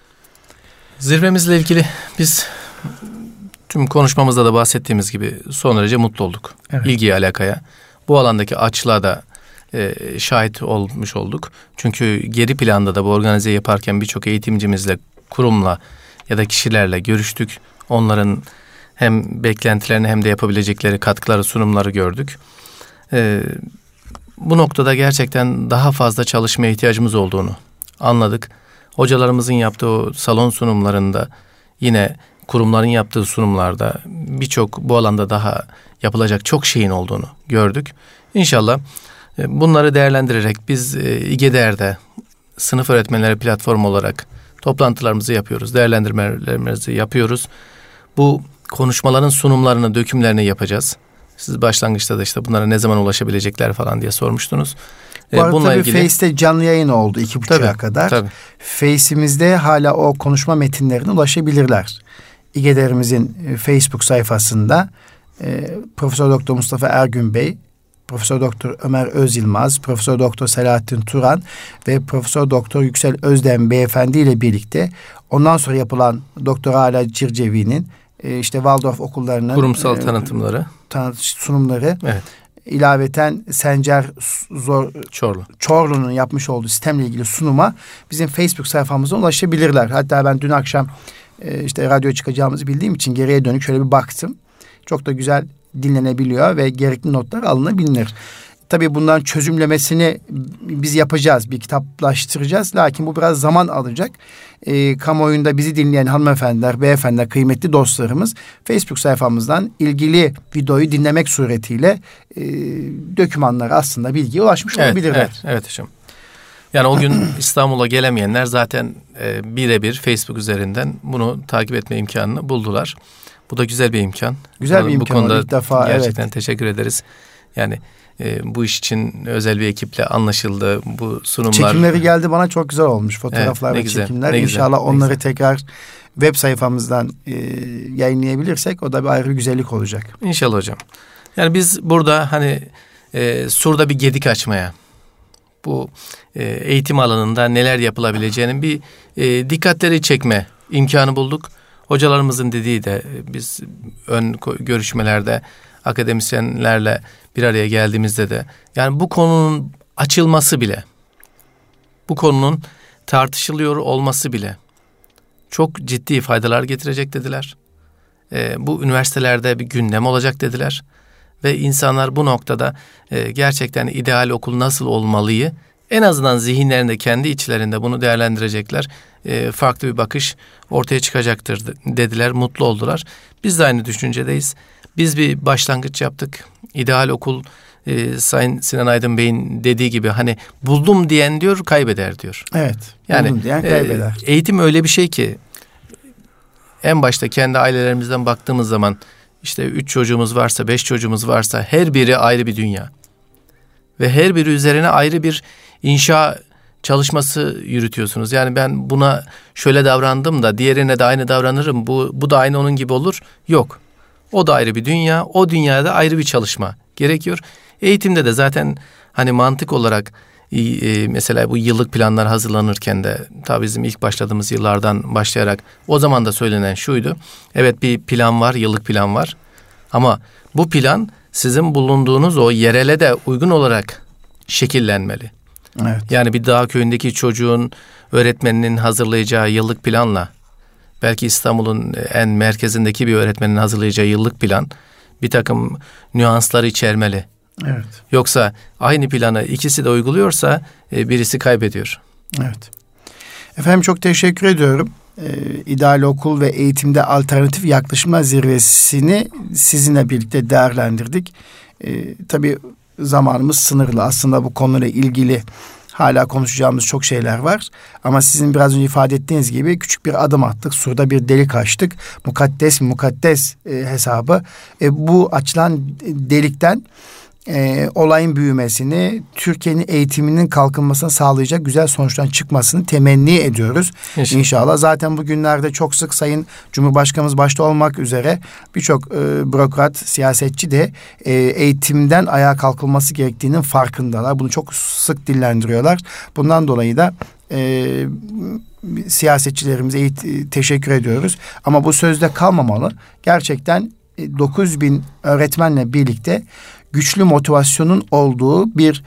Speaker 2: Zirvemizle ilgili biz tüm konuşmamızda da bahsettiğimiz gibi son derece mutlu olduk. Evet. İlgiye, alakaya. Bu alandaki açlığa da e, şahit olmuş olduk. Çünkü geri planda da bu organize yaparken birçok eğitimcimizle, kurumla ya da kişilerle görüştük. Onların hem beklentilerini hem de yapabilecekleri katkıları, sunumları gördük. Ee, bu noktada gerçekten daha fazla çalışmaya ihtiyacımız olduğunu anladık. Hocalarımızın yaptığı o salon sunumlarında, yine kurumların yaptığı sunumlarda birçok bu alanda daha yapılacak çok şeyin olduğunu gördük. İnşallah bunları değerlendirerek biz İGEDER'de sınıf öğretmenleri platformu olarak toplantılarımızı yapıyoruz, değerlendirmelerimizi yapıyoruz. Bu konuşmaların sunumlarını, dökümlerini yapacağız. Siz başlangıçta da işte bunlara ne zaman ulaşabilecekler falan diye sormuştunuz.
Speaker 1: Bu arada tabii ilgili... Face'te canlı yayın oldu iki buçuğa kadar. Tabii. Face'imizde hala o konuşma metinlerine ulaşabilirler. İGEDER'imizin Facebook sayfasında e, Profesör Doktor Mustafa Ergün Bey, Profesör Doktor Ömer Özyılmaz, Profesör Doktor Selahattin Turan ve Profesör Doktor Yüksel Özdem Beyefendi ile birlikte ondan sonra yapılan Doktor Ala Circevi'nin e, işte Waldorf okullarının
Speaker 2: kurumsal e, tanıtımları,
Speaker 1: tanıtış sunumları,
Speaker 2: evet.
Speaker 1: ilaveten Sencer Zor
Speaker 2: Çorlu.
Speaker 1: Çorlu'nun yapmış olduğu sistemle ilgili sunuma bizim Facebook sayfamızdan ulaşabilirler. Hatta ben dün akşam e, işte radyoya çıkacağımızı bildiğim için geriye dönük şöyle bir baktım. Çok da güzel dinlenebiliyor ve gerekli notlar alınabilir. Tabii bundan çözümlemesini biz yapacağız, bir kitaplaştıracağız. Lakin bu biraz zaman alacak. E, kamuoyunda bizi dinleyen hanımefendiler, beyefendiler, kıymetli dostlarımız Facebook sayfamızdan ilgili videoyu dinlemek suretiyle e, dokümanlara aslında bilgiye ulaşmış
Speaker 2: evet,
Speaker 1: olabilirler.
Speaker 2: Evet, evet hocam. Yani o gün İstanbul'a gelemeyenler zaten e, birebir Facebook üzerinden bunu takip etme imkanını buldular. Bu da güzel bir imkan.
Speaker 1: Güzel bir imkan.
Speaker 2: Bu konuda
Speaker 1: ilk defa,
Speaker 2: gerçekten
Speaker 1: evet.
Speaker 2: teşekkür ederiz. Yani e, bu iş için özel bir ekiple anlaşıldı. Bu sunumlar...
Speaker 1: Çekimleri geldi bana, çok güzel olmuş. Fotoğraflar evet, ve güzel, çekimler. İnşallah güzel, onları tekrar web sayfamızdan e, yayınlayabilirsek o da bir ayrı bir güzellik olacak.
Speaker 2: İnşallah hocam. Yani biz burada hani e, Sur'da bir gedik açmaya, bu e, eğitim alanında neler yapılabileceğinin bir e, dikkatleri çekme imkanı bulduk. Hocalarımızın dediği de biz ön görüşmelerde akademisyenlerle bir araya geldiğimizde de yani bu konunun açılması bile, bu konunun tartışılıyor olması bile çok ciddi faydalar getirecek dediler. E, bu üniversitelerde bir gündem olacak dediler. Ve insanlar bu noktada e, gerçekten ideal okul nasıl olmalıyı en azından zihinlerinde, kendi içlerinde bunu değerlendirecekler. E, farklı bir bakış ortaya çıkacaktır dediler, mutlu oldular. Biz de aynı düşüncedeyiz. Biz bir başlangıç yaptık. İdeal okul e, Sayın Sinan Aydın Bey'in dediği gibi hani buldum diyen diyor kaybeder diyor.
Speaker 1: Evet.
Speaker 2: Yani
Speaker 1: buldum diyen kaybeder.
Speaker 2: E, eğitim öyle bir şey ki en başta kendi ailelerimizden baktığımız zaman işte üç çocuğumuz varsa, beş çocuğumuz varsa her biri ayrı bir dünya. Ve her biri üzerine ayrı bir inşa çalışması yürütüyorsunuz. Yani ben buna şöyle davrandım da diğerine de aynı davranırım. Bu, bu da aynı onun gibi olur. Yok. O da ayrı bir dünya. O dünyada ayrı bir çalışma gerekiyor. Eğitimde de zaten hani mantık olarak e, mesela bu yıllık planlar hazırlanırken de tabii bizim ilk başladığımız yıllardan başlayarak o zaman da söylenen şuydu. Evet, bir plan var, yıllık plan var. Ama bu plan sizin bulunduğunuz o yerele de uygun olarak şekillenmeli.
Speaker 1: Evet.
Speaker 2: Yani bir dağ köyündeki çocuğun öğretmeninin hazırlayacağı yıllık planla belki İstanbul'un en merkezindeki bir öğretmenin hazırlayacağı yıllık plan bir takım nüansları içermeli.
Speaker 1: Evet.
Speaker 2: Yoksa aynı planı ikisi de uyguluyorsa birisi kaybediyor.
Speaker 1: Evet. Efendim çok teşekkür ediyorum. Ee, İdeal Okul ve Eğitimde Alternatif Yaklaşımlar Zirvesi'ni sizinle birlikte değerlendirdik. Ee, tabii zamanımız sınırlı. Aslında bu konuyla ilgili hala konuşacağımız çok şeyler var. Ama sizin biraz önce ifade ettiğiniz gibi küçük bir adım attık. Surda bir delik açtık. Mukaddes mukaddes e, hesabı. E, bu açılan delikten e, olayın büyümesini, Türkiye'nin eğitiminin kalkınmasını sağlayacak güzel sonuçtan çıkmasını temenni ediyoruz. İnşallah. İnşallah. Zaten bugünlerde çok sık Sayın Cumhurbaşkanımız başta olmak üzere birçok e, bürokrat, siyasetçi de e, eğitimden ayağa kalkılması gerektiğinin farkındalar. Bunu çok sık dillendiriyorlar. Bundan dolayı da e, siyasetçilerimize teşekkür ediyoruz. Ama bu sözde kalmamalı. Gerçekten dokuz bin öğretmenle birlikte güçlü motivasyonun olduğu bir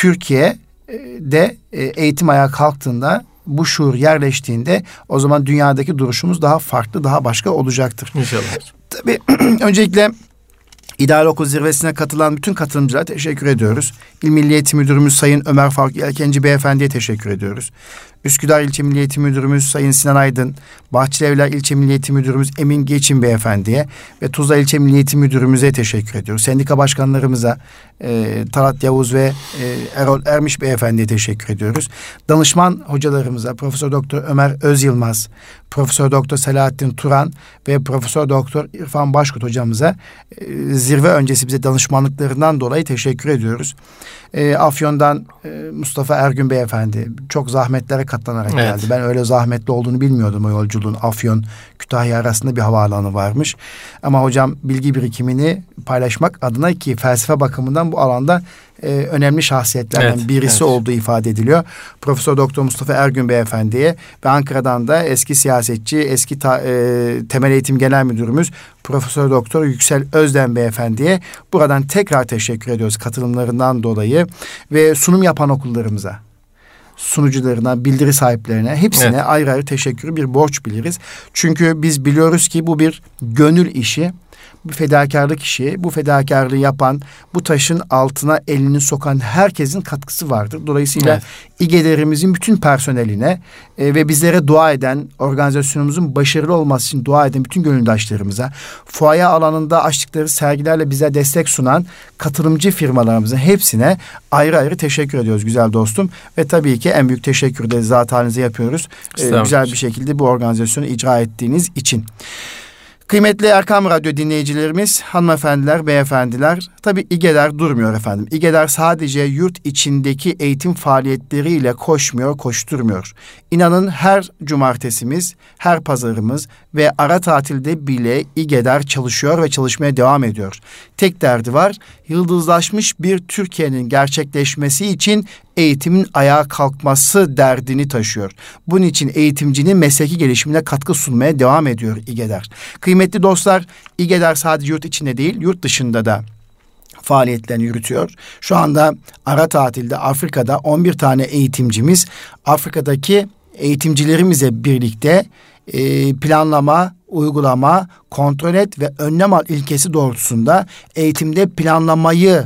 Speaker 1: Türkiye'de eğitim ayağa kalktığında, bu şuur yerleştiğinde o zaman dünyadaki duruşumuz daha farklı, daha başka olacaktır.
Speaker 2: İnşallah.
Speaker 1: Tabii öncelikle İdeal Okul Zirvesi'ne katılan bütün katılımcılara teşekkür ediyoruz. İl Milli Eğitim Müdürümüz Sayın Ömer Faruk Yelkenci Beyefendi'ye teşekkür ediyoruz. Üsküdar İlçe Milli Eğitim Müdürümüz Sayın Sinan Aydın, Bahçelievler İlçe Milli Eğitim Müdürümüz Emin Geçin Beyefendi'ye ve Tuzla İlçe Milli Eğitim Müdürümüze teşekkür ediyoruz. Sendika başkanlarımıza e, Talat Yavuz ve e, Erol Ermiş Beyefendi'ye teşekkür ediyoruz. Danışman hocalarımıza Profesör Doktor Ömer Özyılmaz, Profesör Doktor Selahattin Turan ve Profesör Doktor İrfan Başkut hocamıza e, zirve öncesi bize danışmanlıklarından dolayı teşekkür ediyoruz. E, Afyon'dan e, Mustafa Ergün Beyefendi çok zahmetlere katlanarak evet. geldi. Ben öyle zahmetli olduğunu bilmiyordum o yolculuğun. Afyon, Kütahya arasında bir havaalanı varmış. Ama hocam bilgi birikimini paylaşmak adına, ki felsefe bakımından bu alanda e, önemli şahsiyetlerden evet, birisi evet. olduğu ifade ediliyor. Profesör Doktor Mustafa Ergün Beyefendi'ye ve Ankara'dan da eski siyasetçi, eski ta, e, Temel Eğitim Genel Müdürümüz Profesör Doktor Yüksel Özden Beyefendi'ye buradan tekrar teşekkür ediyoruz katılımlarından dolayı ve sunum yapan okullarımıza, sunucularına, bildiri sahiplerine, hepsine evet. ayrı ayrı teşekkürü bir borç biliriz. Çünkü biz biliyoruz ki bu bir gönül işi, bir fedakarlık işi. Bu fedakarlığı yapan, bu taşın altına elini sokan herkesin katkısı vardır. Dolayısıyla evet. İGEDER'imizin bütün personeline e, ve bizlere dua eden, organizasyonumuzun başarılı olması için dua eden bütün gönüldaşlarımıza, fuaye alanında açtıkları sergilerle bize destek sunan katılımcı firmalarımızın hepsine ayrı ayrı teşekkür ediyoruz güzel dostum. Ve tabii ki en büyük teşekkür de zat halinize yapıyoruz. E, güzel bir şekilde bu organizasyonu icra ettiğiniz için. Kıymetli Erkam Radyo dinleyicilerimiz, hanımefendiler, beyefendiler, tabii İGEDER durmuyor efendim. İGEDER sadece yurt içindeki eğitim faaliyetleriyle koşmuyor, koşturmuyor. İnanın her cumartesimiz, her pazarımız ve ara tatilde bile İGEDER çalışıyor ve çalışmaya devam ediyor. Tek derdi var, yıldızlaşmış bir Türkiye'nin gerçekleşmesi için eğitimin ayağa kalkması derdini taşıyor. Bunun için eğitimcinin mesleki gelişimine katkı sunmaya devam ediyor İGEDER. Kıymetli dostlar, İGEDER sadece yurt içinde değil, yurt dışında da faaliyetlerini yürütüyor. Şu anda ara tatilde Afrika'da on bir tane eğitimcimiz Afrika'daki eğitimcilerimizle birlikte e, planlama, uygulama, kontrol et ve önlem al ilkesi doğrultusunda eğitimde planlamayı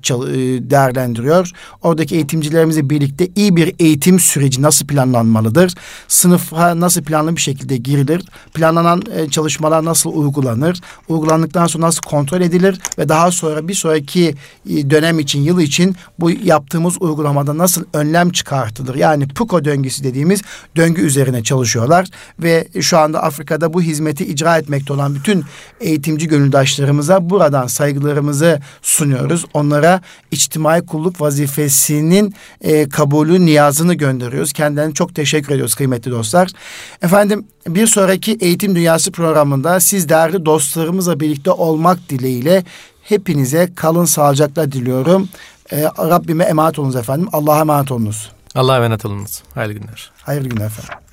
Speaker 1: değerlendiriyor. Oradaki eğitimcilerimizle birlikte iyi bir eğitim süreci nasıl planlanmalıdır? Sınıfa nasıl planlı bir şekilde girilir? Planlanan çalışmalar nasıl uygulanır? Uygulandıktan sonra nasıl kontrol edilir? Ve daha sonra bir sonraki dönem için, yıl için bu yaptığımız uygulamada nasıl önlem çıkartılır? Yani P U K O döngüsü dediğimiz döngü üzerine çalışıyorlar. Ve şu anda Afrika'da bu hizmeti icra etmekte olan bütün eğitimci gönüldaşlarımıza buradan saygılarımızı sunuyoruz. Onlara içtimai kulluk vazifesinin e, kabulü, niyazını gönderiyoruz. Kendilerine çok teşekkür ediyoruz kıymetli dostlar. Efendim, bir sonraki Eğitim Dünyası programında siz değerli dostlarımızla birlikte olmak dileğiyle hepinize kalın sağlıcakla diliyorum. E, Rabbime emanet olunuz efendim. Allah'a emanet olunuz.
Speaker 2: Allah'a emanet olunuz. Hayırlı günler.
Speaker 1: Hayırlı günler efendim.